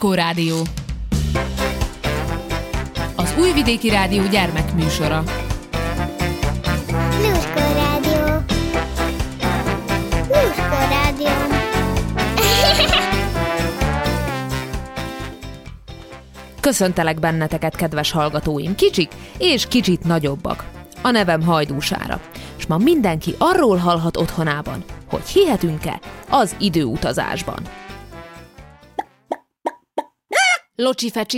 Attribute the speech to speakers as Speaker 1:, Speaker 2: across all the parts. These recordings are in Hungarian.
Speaker 1: Lluskó Rádió. Az Újvidéki Rádió gyermekműsora.
Speaker 2: Lluskó Rádió. Lluskó Rádió.
Speaker 3: Köszöntelek benneteket, kedves hallgatóim, kicsik és kicsit nagyobbak. A nevem Hajdú Sára, és ma mindenki arról hallhat otthonában, hogy hihetünk-e az időutazásban. Locsi-fecsi!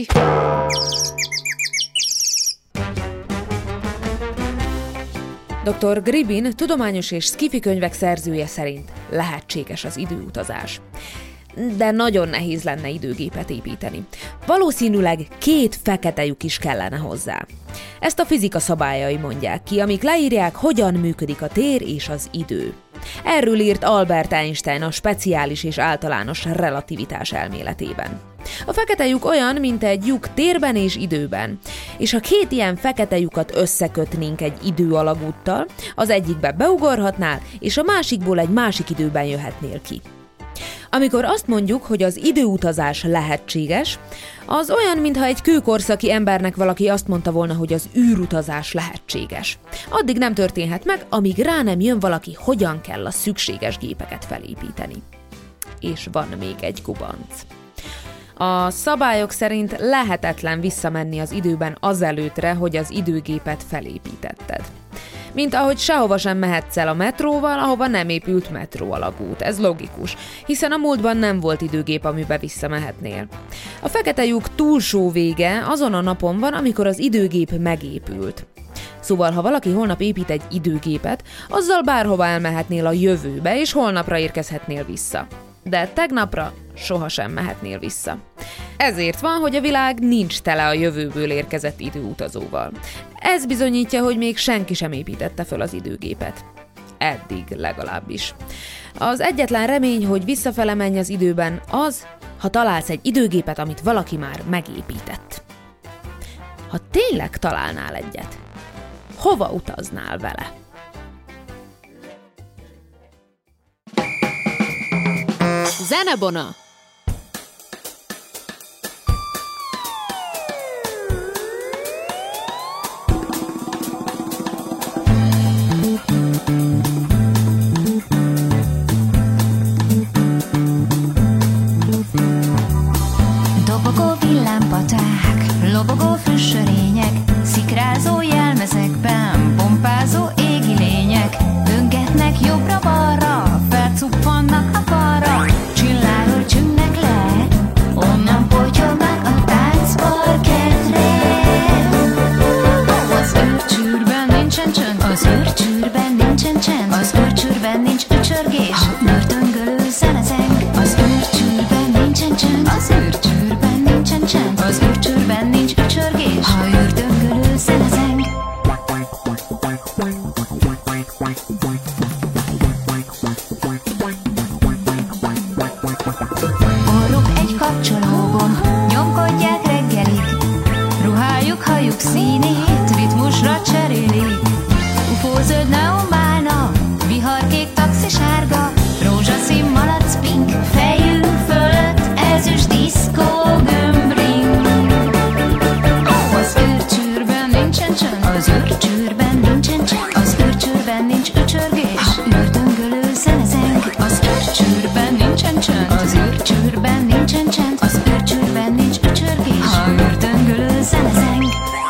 Speaker 3: Dr. Gribin tudományos és sci-fi könyvek szerzője szerint lehetséges az időutazás. De nagyon nehéz lenne időgépet építeni. Valószínűleg 2 fekete lyuk is kellene hozzá. Ezt a fizika szabályai mondják ki, amik leírják, hogyan működik a tér és az idő. Erről írt Albert Einstein a speciális és általános relativitás elméletében. A fekete lyuk olyan, mint egy lyuk térben és időben, és ha 2 ilyen fekete lyukat összekötnénk egy időalagúttal, az egyikbe beugorhatnál, és a másikból egy másik időben jöhetnél ki. Amikor azt mondjuk, hogy az időutazás lehetséges, az olyan, mintha egy kőkorszaki embernek valaki azt mondta volna, hogy az űrutazás lehetséges. Addig nem történhet meg, amíg rá nem jön valaki, hogyan kell a szükséges gépeket felépíteni. És van még egy gubanc. A szabályok szerint lehetetlen visszamenni az időben azelőttre, hogy az időgépet felépítetted. Mint ahogy sehova sem mehetsz el a metróval, ahova nem épült metróalagút. Ez logikus, hiszen a múltban nem volt időgép, amiben visszamehetnél. A fekete lyuk túlsó vége azon a napon van, amikor az időgép megépült. Szóval, ha valaki holnap épít egy időgépet, azzal bárhova elmehetnél a jövőbe, és holnapra érkezhetnél vissza. De tegnapra sohasem mehetnél vissza. Ezért van, hogy a világ nincs tele a jövőből érkezett időutazóval. Ez bizonyítja, hogy még senki sem építette föl az időgépet. Eddig legalábbis. Az egyetlen remény, hogy visszafele menj az időben, az, ha találsz egy időgépet, amit valaki már megépített. Ha tényleg találnál egyet, hova utaznál vele?
Speaker 1: Zenebona!
Speaker 4: Dobogó villámpaták, lobogó frissörények, szikrázó jelmezekben, pompázó égi lények, döngetnek jobbra-balra, felcuppannak a falra, csilláról csüngnek le, onnan potyognak a táncparketre. Az űrcsűrben nincsen csönd, az űrcsűrben nincsen csend, az űrcsűrben nincs ücsörgés, nőrtöngölő zenezeng, az űrcsűrben nincsen csönd, az űrcsűrben nincsen csend, az űrcsűrben nincs ücsörgés, ha űrdöngölő zenezeng. Orruk egy kapcsológomb, nyomkodják reggelig, ruhájuk, hajuk színét ritmusra cserélik. Ufózöld neonbálna, viharkék taxisárga, rózsaszín malac pink, fejünk fölött ezüst diszkó gömbring. Az űrcsűrben nincsen csönd, az űrcsűrben nincsen csend, az űrcsűrben nincs ücsörgés, űrdöngölő zenezeng. Az űrcsűrben nincsen csönd, az űrcsűrben nincsen csend, az űrcsűrben nincs ücsörgés, ha űrdöngölő zenezeng.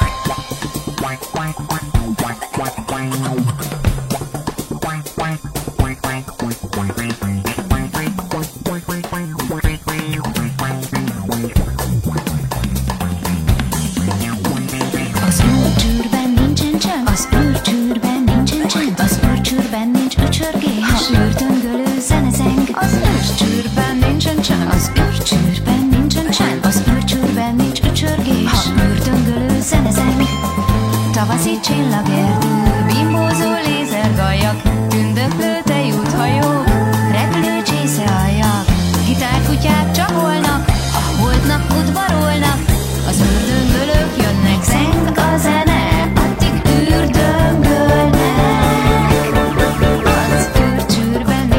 Speaker 4: Az űrcsűrben nincsen csend, az űrcsűrben nincsen csend, az űrcsűrben nincs ücsörgés, ha űrdöngölő zenezeng. Az űrcsűrben nincsen csend, az űrcsűrben nincsen csend, az űrcsűrben nincs ücsörgés, ha űrdöngölő zenezeng. Tavaszi csillagerdő, bimbózó lézergajak, tündöklő tejúthajók, repülő csészealjak, gitárkutyák csapolnak, a holdnak udvarolnak, az űrdöngölők jönnek, zeng a zene, addig űrdöngölnek. Az űrcsűrben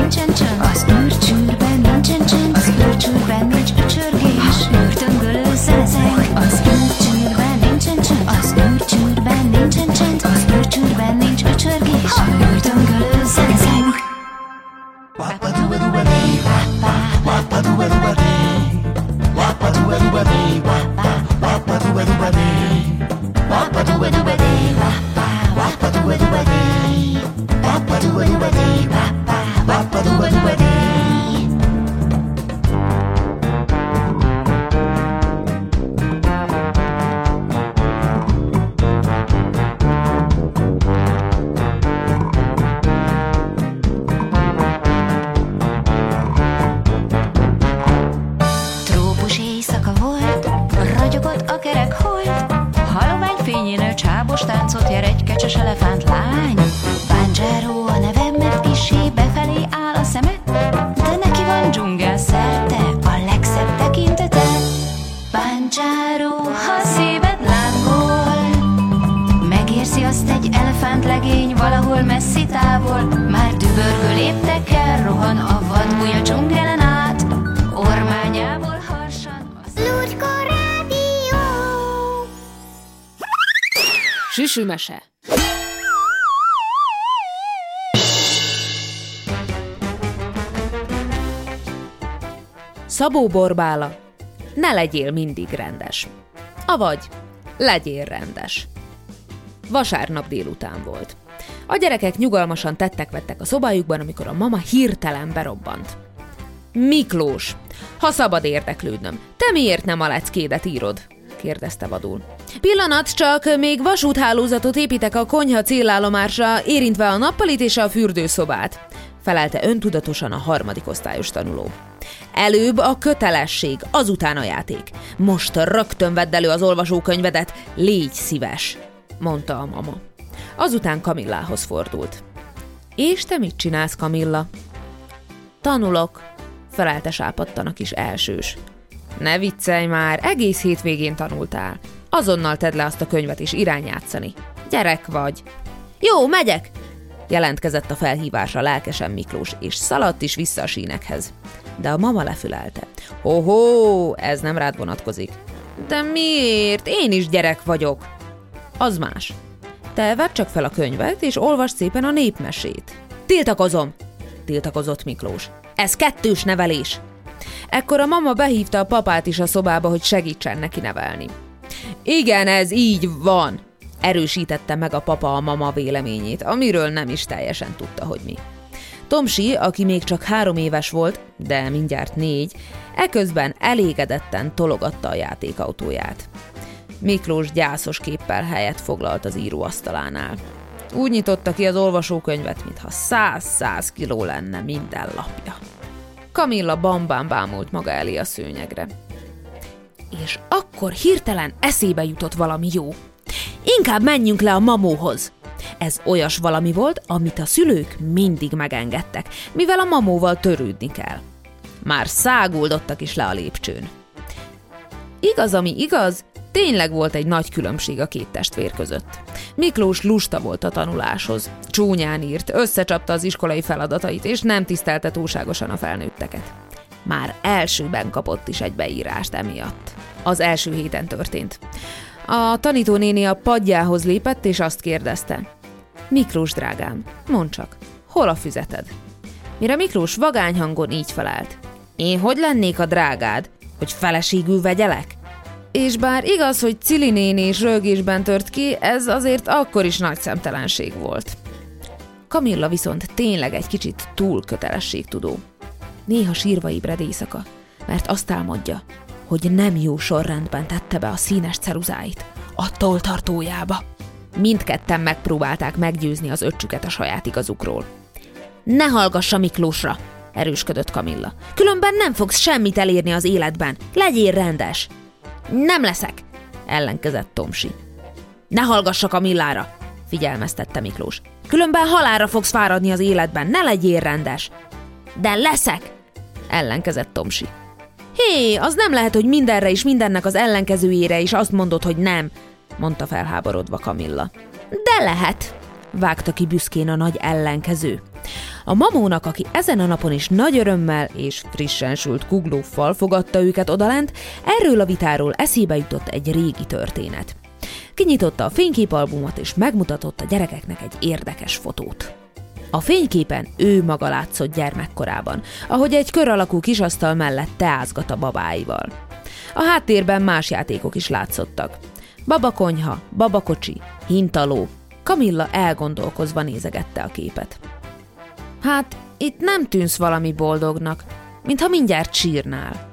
Speaker 4: léptekkel rohan a vadúj a dzsungelen át, ormányából harsan a
Speaker 2: Lucska Rádió.
Speaker 1: Süsümese.
Speaker 3: Szabó Borbála, ne legyél mindig rendes. Avagy legyél rendes. Vasárnap délután volt. A gyerekek nyugalmasan tettek-vettek a szobájukban, amikor a mama hirtelen berobbant. Miklós, ha szabad érdeklődnöm, te miért nem a leckédet írod? Kérdezte vadul. Pillanat csak, még vasúthálózatot építek a konyha célállomásra, érintve a nappalit és a fürdőszobát, felelte öntudatosan a 3. osztályos tanuló. Előbb a kötelesség, azután a játék. Most rögtön vedd elő az olvasókönyvedet, légy szíves, mondta a mama. Azután Kamillához fordult. És te mit csinálsz, Kamilla? Tanulok, felelte sápadtan a kis elsős. Ne viccelj már, egész hétvégén tanultál. Azonnal tedd le azt a könyvet és irány játszani. Gyerek vagy. Jó, megyek, jelentkezett a felhívásra lelkesen Miklós, és szaladt is vissza a sínekhez. De a mama lefülelte. Ho-ho, ez nem rád vonatkozik. De miért? Én is gyerek vagyok. Az más. Te vedd csak fel a könyvet, és olvasd szépen a népmesét. Tiltakozom, tiltakozott Miklós. Ez kettős nevelés. Ekkor a mama behívta a papát is a szobába, hogy segítsen neki nevelni. Igen, ez így van, erősítette meg a papa a mama véleményét, amiről nem is teljesen tudta, hogy mi. Tomsi, aki még csak 3 éves volt, de mindjárt 4, eközben elégedetten tologatta a játékautóját. Miklós gyászos képpel helyet foglalt az íróasztalánál. Úgy nyitotta ki az olvasókönyvet, mintha 100 kiló lenne minden lapja. Kamilla bambán bámult maga elé a szőnyegre. És akkor hirtelen eszébe jutott valami jó. Inkább menjünk le a mamóhoz. Ez olyas valami volt, amit a szülők mindig megengedtek, mivel a mamóval törődni kell. Már száguldottak is le a lépcsőn. Igaz, ami igaz, tényleg volt egy nagy különbség a 2 testvér között. Miklós lusta volt a tanuláshoz, csúnyán írt, összecsapta az iskolai feladatait, és nem tisztelte túlságosan a felnőtteket. Már elsőben kapott is egy beírást emiatt. Az első héten történt. A tanítónéni a padjához lépett, és azt kérdezte. Miklós drágám, mondd csak, hol a füzeted? Mire Miklós vagány hangon így felelt. Én hogy lennék a drágád, hogy feleségül vegyelek? És bár igaz, hogy Cili néni is röhögésben tört ki, ez azért akkor is nagy szemtelenség volt. Kamilla viszont tényleg egy kicsit túl kötelességtudó. Néha sírva ébred éjszaka, mert azt álmodja, hogy nem jó sorrendben tette be a színes ceruzáit a tolltartójába. Mindketten megpróbálták meggyőzni az öccsüket a saját igazukról. Ne hallgassa Miklósra, erősködött Kamilla. Különben nem fogsz semmit elérni az életben. Legyél rendes. Nem leszek, ellenkezett Tomsi. Ne hallgassa Kamillára, figyelmeztette Miklós. Különben halálra fogsz fáradni az életben, ne legyél rendes. De leszek, ellenkezett Tomsi. Hé, az nem lehet, hogy mindenre és mindennek az ellenkezőjére is azt mondod, hogy nem, mondta felháborodva Kamilla. De lehet, vágta ki büszkén a nagy ellenkező. A mamónak, aki ezen a napon is nagy örömmel és frissen sült kuglóffal fogadta őket odalent, erről a vitáról eszébe jutott egy régi történet. Kinyitotta a fényképalbumot és megmutatott a gyerekeknek egy érdekes fotót. A fényképen ő maga látszott gyermekkorában, ahogy egy kör alakú kisasztal mellett teázgat a babáival. A háttérben más játékok is látszottak. Babakonyha, babakocsi, hintaló. Kamilla elgondolkozva nézegette a képet. Hát, itt nem tűnsz valami boldognak, mintha mindjárt sírnál.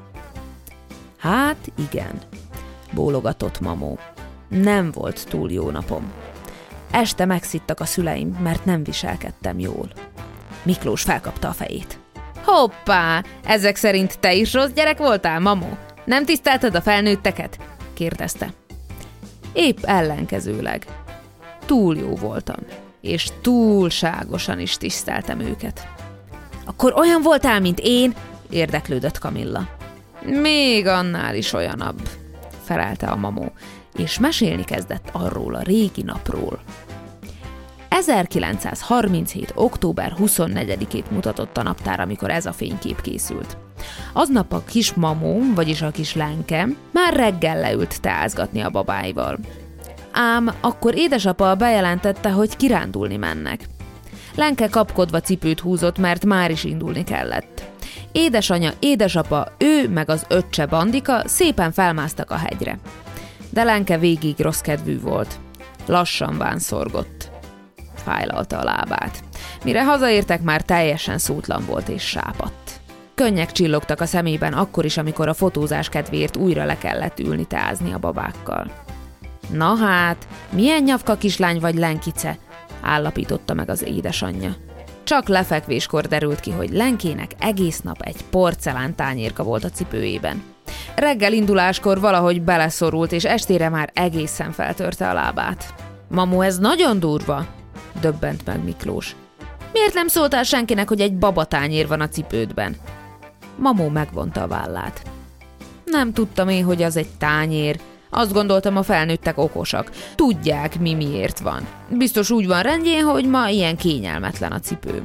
Speaker 3: Hát igen, bólogatott mamó. Nem volt túl jó napom. Este megszittak a szüleim, mert nem viselkedtem jól. Miklós felkapta a fejét. Hoppá, ezek szerint te is rossz gyerek voltál, mamó? Nem tisztelted a felnőtteket? Kérdezte. Épp ellenkezőleg. Túl jó voltam, és túlságosan is tiszteltem őket. Akkor olyan voltál, mint én? Érdeklődött Kamilla. Még annál is olyanabb, felelte a mamó, és mesélni kezdett arról a régi napról. 1937. október 24-ét mutatott a naptár, amikor ez a fénykép készült. Aznap a kis Mamó, vagyis a kis Lenke már reggel leült teázgatni a babáival. Ám akkor édesapa bejelentette, hogy kirándulni mennek. Lenke kapkodva cipőt húzott, mert már is indulni kellett. Édesanya, édesapa, ő meg az öccse Bandika szépen felmásztak a hegyre. De Lenke végig rossz kedvű volt. Lassan vánszorgott. Fájlalta a lábát. Mire hazaértek, már teljesen szótlan volt és sápadt. Könnyek csillogtak a szemében akkor is, amikor a fotózás kedvéért újra le kellett ülni teázni a babákkal. Na hát, milyen nyavka kislány vagy, Lenkice, állapította meg az édesanyja. Csak lefekvéskor derült ki, hogy Lenkének egész nap egy porcelán tányérka volt a cipőjében. Reggel induláskor valahogy beleszorult, és estére már egészen feltörte a lábát. Mamó, ez nagyon durva, döbbent meg Miklós. Miért nem szóltál senkinek, hogy egy babatányér van a cipődben? Mamó megvonta a vállát. Nem tudtam én, hogy az egy tányér. Azt gondoltam, a felnőttek okosak. Tudják, mi miért van. Biztos úgy van rendjén, hogy ma ilyen kényelmetlen a cipőm.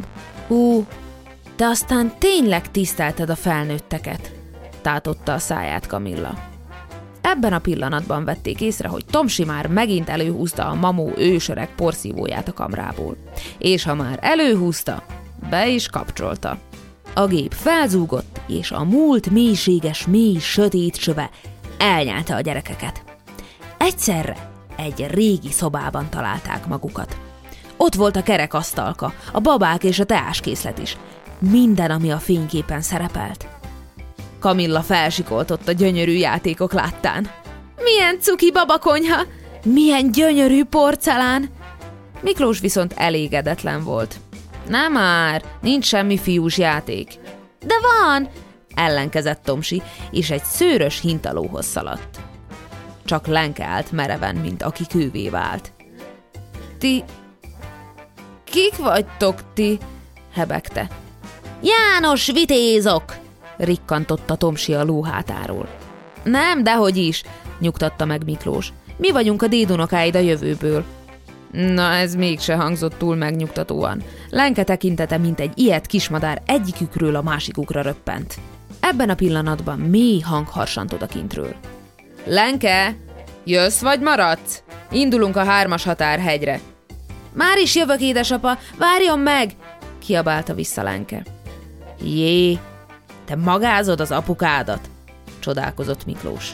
Speaker 3: De aztán tényleg tisztelted a felnőtteket, tátotta a száját Kamilla. Ebben a pillanatban vették észre, hogy Tomsi már megint előhúzta a Mamó ősöreg porszívóját a kamrából. És ha már előhúzta, be is kapcsolta. A gép felzúgott, és a múlt mélységes, mély, sötét söve elnyelte a gyerekeket. Egyszerre egy régi szobában találták magukat. Ott volt a kerekasztalka, a babák és a teáskészlet is. Minden, ami a fényképen szerepelt. Kamilla felsikoltott a gyönyörű játékok láttán. Milyen cuki babakonyha! Milyen gyönyörű porcelán! Miklós viszont elégedetlen volt. Nem már, nincs semmi fiús játék. De van! Ellenkezett Tomsi, és egy szőrös hintalóhoz szaladt. Csak Lenke állt mereven, mint aki kővé vált. Ti... kik vagytok ti? Hebegte. János vitézok! Rikkantotta Tomsi a lóhátáról. Nem, dehogy is, nyugtatta meg Miklós. Mi vagyunk a dédunokáid a jövőből. Na, ez mégse hangzott túl megnyugtatóan. Lenke tekintete, mint egy ilyet kismadár, egyikükről a másikukra röppent. Ebben a pillanatban mély hang harsant odakintről. Lenke, jössz vagy maradsz? Indulunk a 3-as határhegyre. Már is jövök, édesapa, várjon meg! Kiabálta vissza Lenke. Jé, te magázod az apukádat? Csodálkozott Miklós.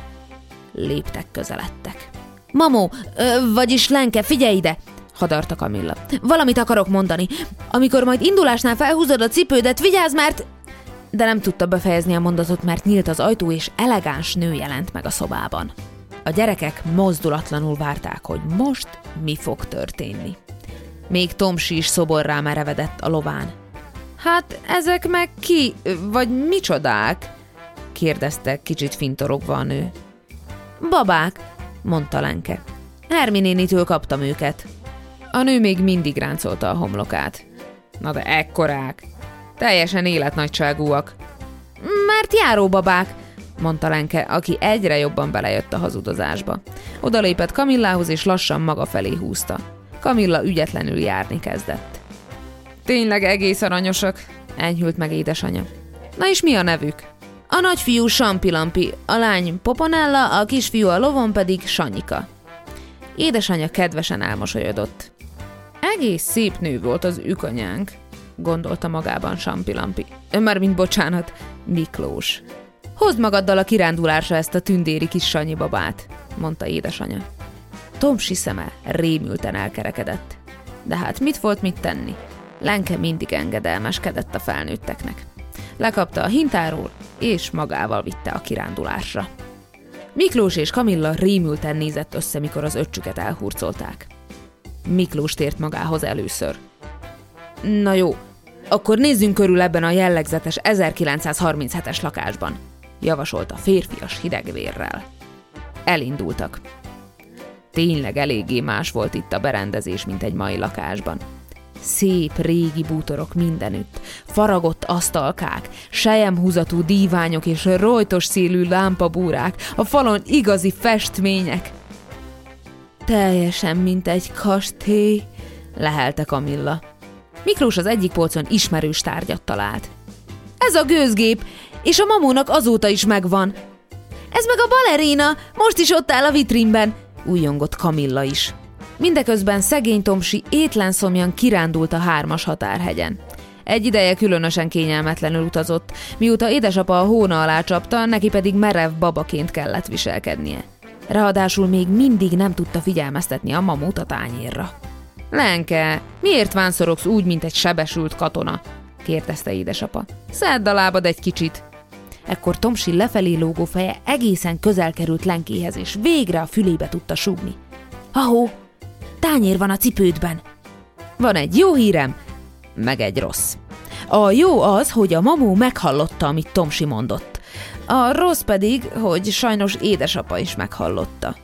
Speaker 3: Léptek közeledtek. Mamó, vagyis Lenke, figyelj ide! Hadarta Kamilla. Valamit akarok mondani. Amikor majd indulásnál felhúzod a cipődet, vigyázz, mert... De nem tudta befejezni a mondatot, mert nyílt az ajtó, és elegáns nő jelent meg a szobában. A gyerekek mozdulatlanul várták, hogy most mi fog történni. Még Tomsi is szoborrá merevedett a lován. Hát ezek meg ki, vagy micsodák? Kérdezte kicsit fintorogva a nő. Babák, mondta Lenke. Hermi nénitől kaptam őket. A nő még mindig ráncolta a homlokát. Na de ekkorák! Teljesen életnagyságúak. Mert járóbabák, mondta Lenke, aki egyre jobban belejött a hazudozásba. Odalépett Kamillához, és lassan maga felé húzta. Kamilla ügyetlenül járni kezdett. Tényleg egész aranyosak, enyhült meg édesanya. Na és mi a nevük? A nagyfiú Sampilampi, a lány Poponella, a kisfiú a lovon pedig Sanyika. Édesanya kedvesen elmosolyodott. Egész szép nő volt az ükanyánk, gondolta magában Sampilampi. Mármint bocsánat, Miklós. Hozd magaddal a kirándulásra ezt a tündéri kis Sanyi babát, mondta édesanya. Tomsi szeme rémülten elkerekedett. De hát mit volt mit tenni? Lenke mindig engedelmeskedett a felnőtteknek. Lekapta a hintáról, és magával vitte a kirándulásra. Miklós és Kamilla rémülten nézett össze, mikor az öccsüket elhurcolták. Miklós tért magához először. Na jó, akkor nézzünk körül ebben a jellegzetes 1937-es lakásban, javasolta férfias hidegvérrel. Elindultak. Tényleg eléggé más volt itt a berendezés, mint egy mai lakásban. Szép régi bútorok mindenütt, faragott asztalkák, selyemhúzatú díványok és rojtos szélű lámpabúrák, a falon igazi festmények. Teljesen mint egy kastély, lehelte Kamilla. Miklós az egyik polcon ismerős tárgyat talált. Ez a gőzgép, és a Mamónak azóta is megvan. Ez meg a balerina, most is ott áll a vitrínben, újjongott Kamilla is. Mindeközben szegény Tomsi étlenszomjan kirándult a 3-as határhegyen. Egy ideje különösen kényelmetlenül utazott, mióta édesapa a hóna alá csapta, neki pedig merev babaként kellett viselkednie. Ráadásul még mindig nem tudta figyelmeztetni a Mamót a tányérra. Lenke, miért vánszorogsz úgy, mint egy sebesült katona? kérdezte édesapa. Szedd a lábad egy kicsit. Ekkor Tomsi lefelé lógó feje egészen közel került Lenkéhez, és végre a fülébe tudta súgni. Ahó, tányér van a cipődben. Van egy jó hírem, meg egy rossz. A jó az, hogy a Mamó meghallotta, amit Tomsi mondott. A rossz pedig, hogy sajnos édesapa is meghallotta.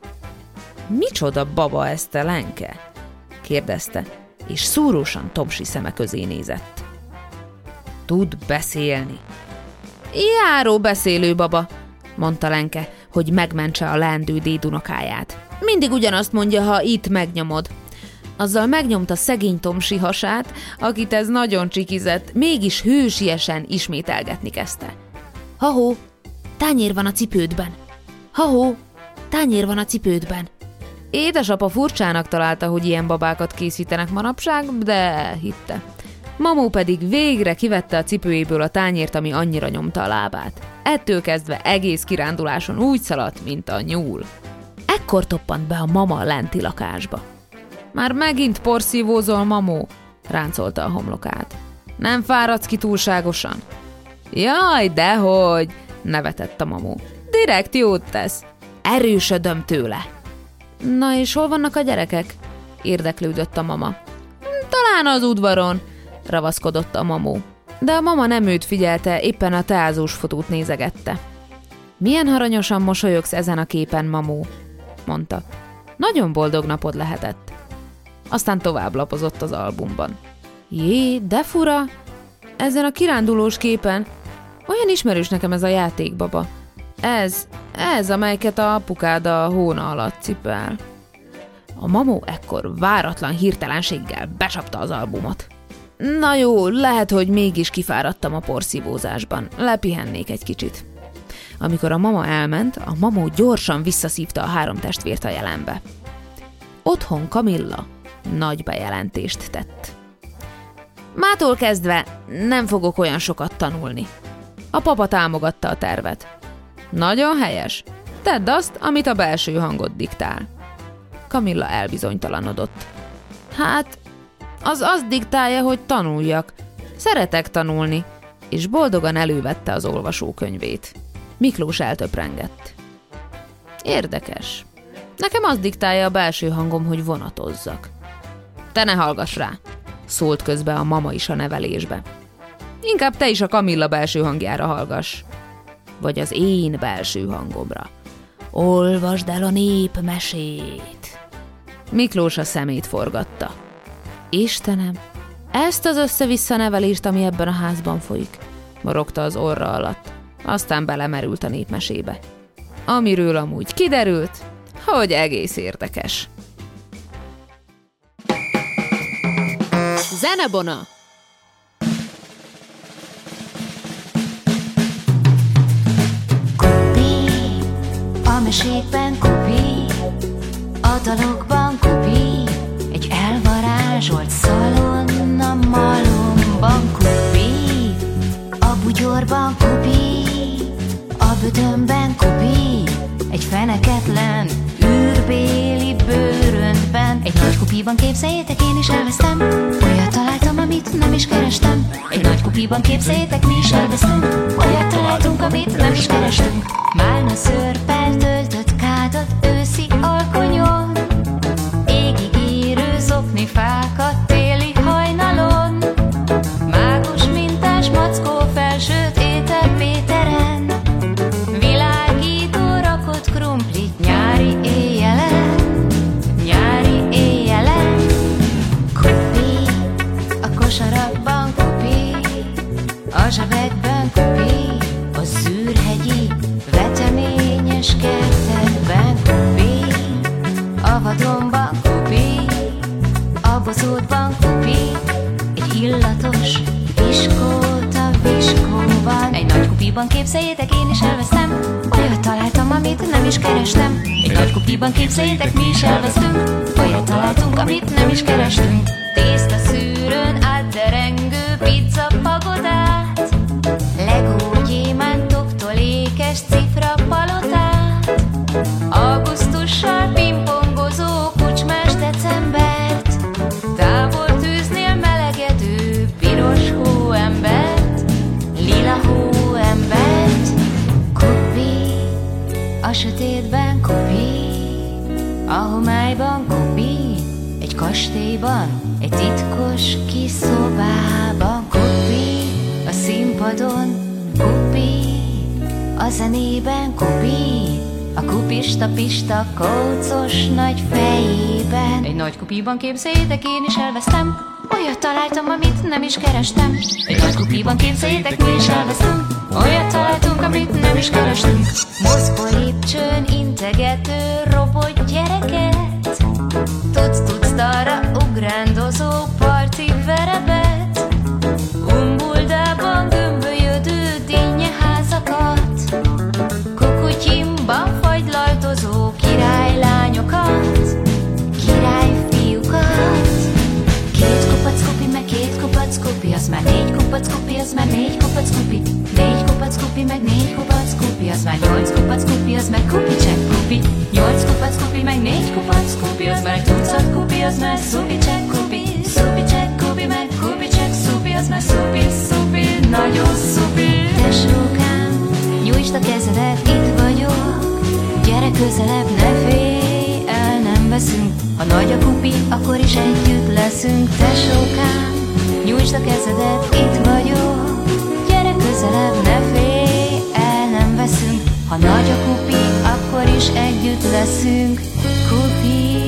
Speaker 3: Micsoda baba ez te, Lenke? kérdezte, és szúrósan Tomsi szeme közé nézett. Tud beszélni. Járó beszélő baba, mondta Lenke, hogy megmentse a leendő dédunokáját. Mindig ugyanazt mondja, ha itt megnyomod. Azzal megnyomta szegény Tomsi hasát, akit ez nagyon csikizett, mégis hősiesen ismételgetni kezdte. Ha-hó, tányér van a cipődben. Ha-hó, tányér van a cipődben. Édesapa furcsának találta, hogy ilyen babákat készítenek manapság, de hitte. Mamó pedig végre kivette a cipőjéből a tányért, ami annyira nyomta a lábát. Ettől kezdve egész kiránduláson úgy szaladt, mint a nyúl. Ekkor toppant be a mama a lenti lakásba. Már megint porszívózol, Mamó, ráncolta a homlokát. Nem fáradsz ki túlságosan? Jaj, dehogy, nevetett a Mamó. Direkt jót tesz. Erősödöm tőle. Na és hol vannak a gyerekek? Érdeklődött a mama. Talán az udvaron, ravaszkodott a Mamó. De a mama nem őt figyelte, éppen a teázós fotót nézegette. Milyen aranyosan mosolyogsz ezen a képen, Mamó, mondta. Nagyon boldog napod lehetett. Aztán tovább lapozott az albumban. Jé, de fura! Ezen a kirándulós képen olyan ismerős nekem ez a játékbaba. Ez, amelyiket a apukád a hóna alatt cipel. A Mamó ekkor váratlan hirtelenséggel becsapta az albumot. Na jó, lehet, hogy mégis kifáradtam a porszívózásban. Lepihennék egy kicsit. Amikor a mama elment, a Mamó gyorsan visszaszívta a 3 testvért a jelenbe. Otthon Kamilla nagy bejelentést tett. Mától kezdve nem fogok olyan sokat tanulni. A papa támogatta a tervet. Nagyon helyes. Tedd azt, amit a belső hangod diktál. Kamilla elbizonytalanodott. Hát, az azt diktálja, hogy tanuljak. Szeretek tanulni. És boldogan elővette az olvasókönyvét. Miklós eltöprengett. Érdekes. Nekem azt diktálja a belső hangom, hogy vonatozzak. Te ne hallgass rá, szólt közbe a mama is a nevelésbe. Inkább te is a Kamilla belső hangjára hallgass. Vagy az én belső hangomra. Olvasd el a népmesét. Miklós a szemét forgatta. Istenem, ezt az össze-vissza nevelést, ami ebben a házban folyik, morogta az orra alatt. Aztán belemerült a népmesébe. Amiről amúgy kiderült, hogy egész érdekes.
Speaker 1: Zenebona!
Speaker 4: Kupi, a mesékben Kupi, a dalokban Kupi, egy elvarázsolt szalon a malomban Kupi, a bugyorban Kupi, a bödönben Kupi, egy feneketlen űrbéli bőröntben. Egy nagy kupiban képzeljétek, én is elvesztem, olyat találtam, amit nem is kerestem. Egy nagy kupiban képzeljétek, mi is elvesztünk, olyat találtunk, amit nem is kerestünk. Málna szőrppel töltött kádat őszi alkonyon, égig érő zoknifákat téli hajnalon, mágus mintás mackó felsőt étel Péteren, világító rakott krumplit nyári éjjelen, nyári éjjelen. Kupi, a kosarakban Kupi, a zsebekben Kupi, a szűrhegyi veteményes kertekben Kupi, a vadonban Kupi, a boszorkányban kupiban képzeljétek, én is elvesztem. Olyat találtam, amit nem is kerestem. Egy nagy kupiban képzeljétek, mi is elvesztünk. Olyat találtunk, amit nem is kerestünk. Tészta szűrőn átderengő pizza pagodát, Legó gyémántoktól ékes cifra palotát, augusztussal pingpongozó kucsmás decembert, távol tűznél melegedő piros hóembert, lila hóembert. Kupi, a sötétben kupi, a homályban kupi, egy kastélyban, egy titkos kis szobában. Kupi, a színpadon kupi, a zenében kupi, a kupista pista kócos nagy fejében. Egy nagy kupiban képzeljétek, én is elvesztem. Olyat találtam, amit nem is kerestem. Egy nagy kupiban képzeljétek, mi is elvesztünk. Olyat találtunk, amit nem is kerestünk. Mozgó lépcsőn integető robot gyereket, tuc-tucdalra ugrándozó parti verebet, Umbuldában gömbölyödő dinnyeházakat, Kukutyimban fagylaltozó királylányokat, királyfiúkat. Két kupac kupi, meg két kupac kupi, az már négy kupac kupi, az már négy kupac kupi. Négy kupac kupi, meg négy kupac kupi, az már nyolc kupac kupi, az meg kupicek kupi. Nyolc kupac kupi, meg négy kupac kupi, az már tucat kupi, az már szupicek kupi. Szupicek kupi, meg kupicek szupi, az már szupi, szupi, nagyon szupi. Tesókám, nyújtsd a kezedet, itt vagyok, gyere közelebb, ne félj el, nem veszünk. Ha nagy a kupi, akkor is együtt leszünk. Tesókám, nyújtsd a kezedet, itt vagyok, gyere közelebb, ne félj el, nem veszünk. Ha nagy a kupi, akkor is együtt leszünk. Kupi.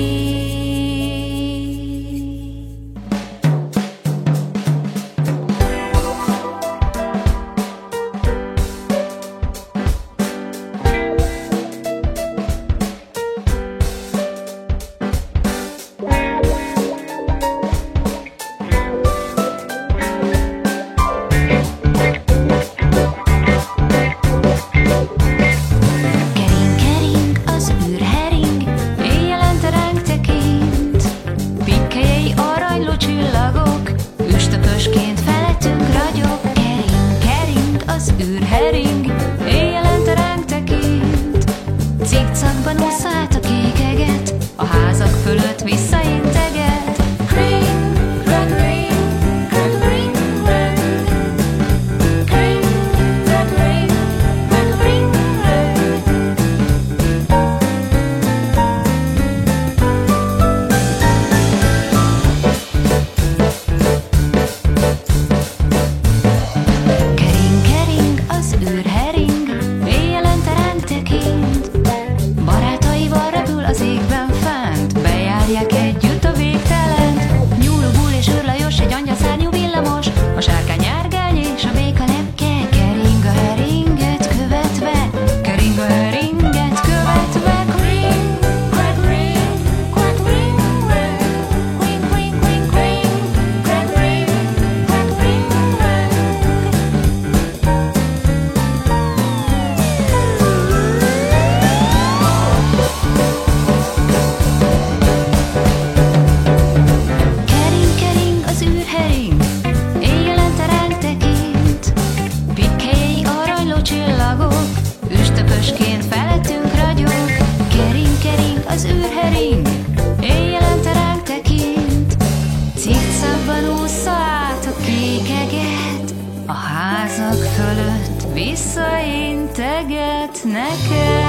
Speaker 5: Visszainteget neked.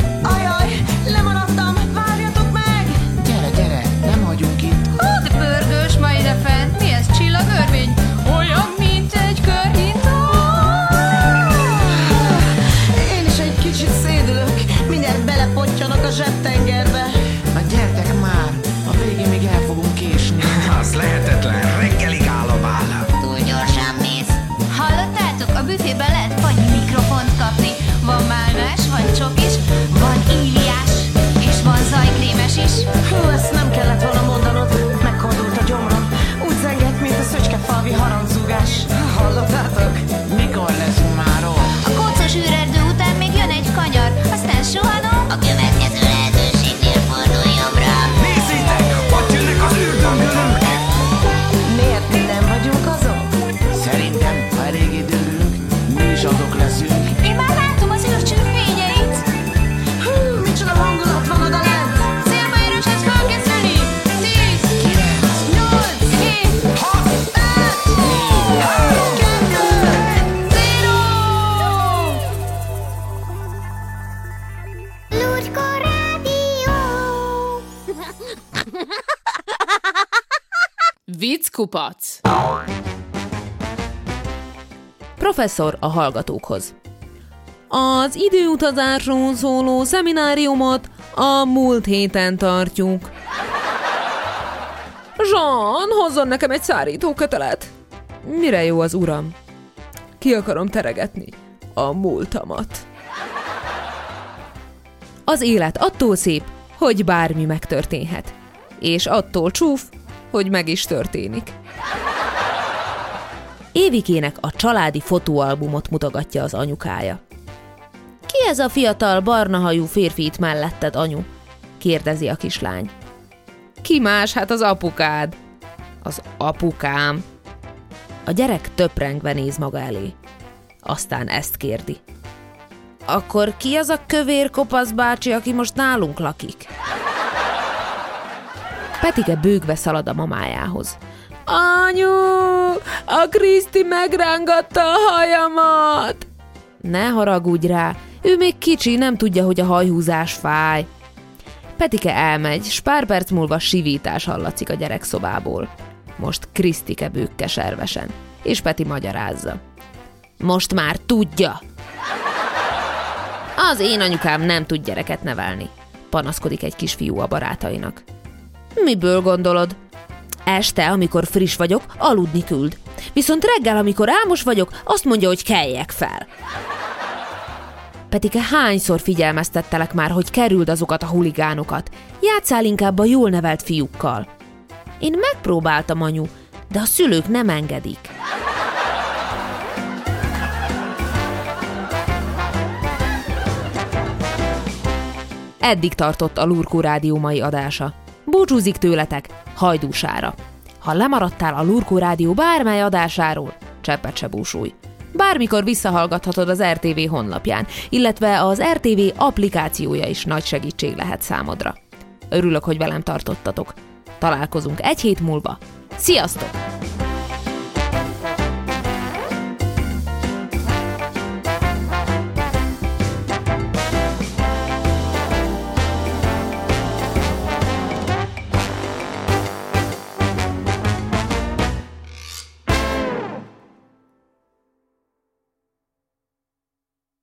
Speaker 4: Ajaj, lemaradtam, várjatok meg!
Speaker 5: Gyere, nem hagyunk itt.
Speaker 4: De pörgő
Speaker 1: Vicckupac.
Speaker 3: Professzor a hallgatókhoz. Az időutazásról szóló szemináriumot a múlt héten tartjuk. Jean, hozzon nekem egy szárítókötelet. Mire jó az uram? Ki akarom teregetni a múltamat. Az élet attól szép, hogy bármi megtörténhet. És attól csúf, hogy meg is történik. Évikének a családi fotóalbumot mutogatja az anyukája. Ki ez a fiatal, barnahajú férfi itt melletted, anyu? Kérdezi a kislány. Ki más? Hát az apukád. Az apukám. A gyerek töprengve néz maga elé. Aztán ezt kérdi. Akkor ki az a kövér kopasz bácsi, aki most nálunk lakik? Petike bőgve szalad a mamájához. Anyu, a Kriszti megrángatta a hajamat! Ne haragudj rá, ő még kicsi, nem tudja, hogy a hajhúzás fáj. Petike elmegy, s pár perc múlva sivítás hallatszik a gyerekszobából. Most Krisztike bőg keservesen, és Peti magyarázza. Most már tudja! Az én anyukám nem tud gyereket nevelni, panaszkodik egy kisfiú a barátainak. Miből gondolod? Este, amikor friss vagyok, aludni küld. Viszont reggel, amikor álmos vagyok, azt mondja, hogy keljek fel. Petike, hányszor figyelmeztettelek már, hogy kerüld azokat a huligánokat? Játsszál inkább a jól nevelt fiúkkal. Én megpróbáltam, anyu, de a szülők nem engedik. Eddig tartott a Lurkó Rádió mai adása. Búcsúzik tőletek Hajdúsára. Ha lemaradtál a Lurkó Rádió bármely adásáról, cseppet se búsulj. Bármikor visszahallgathatod az RTV honlapján, illetve az RTV applikációja is nagy segítség lehet számodra. Örülök, hogy velem tartottatok. Találkozunk egy hét múlva. Sziasztok!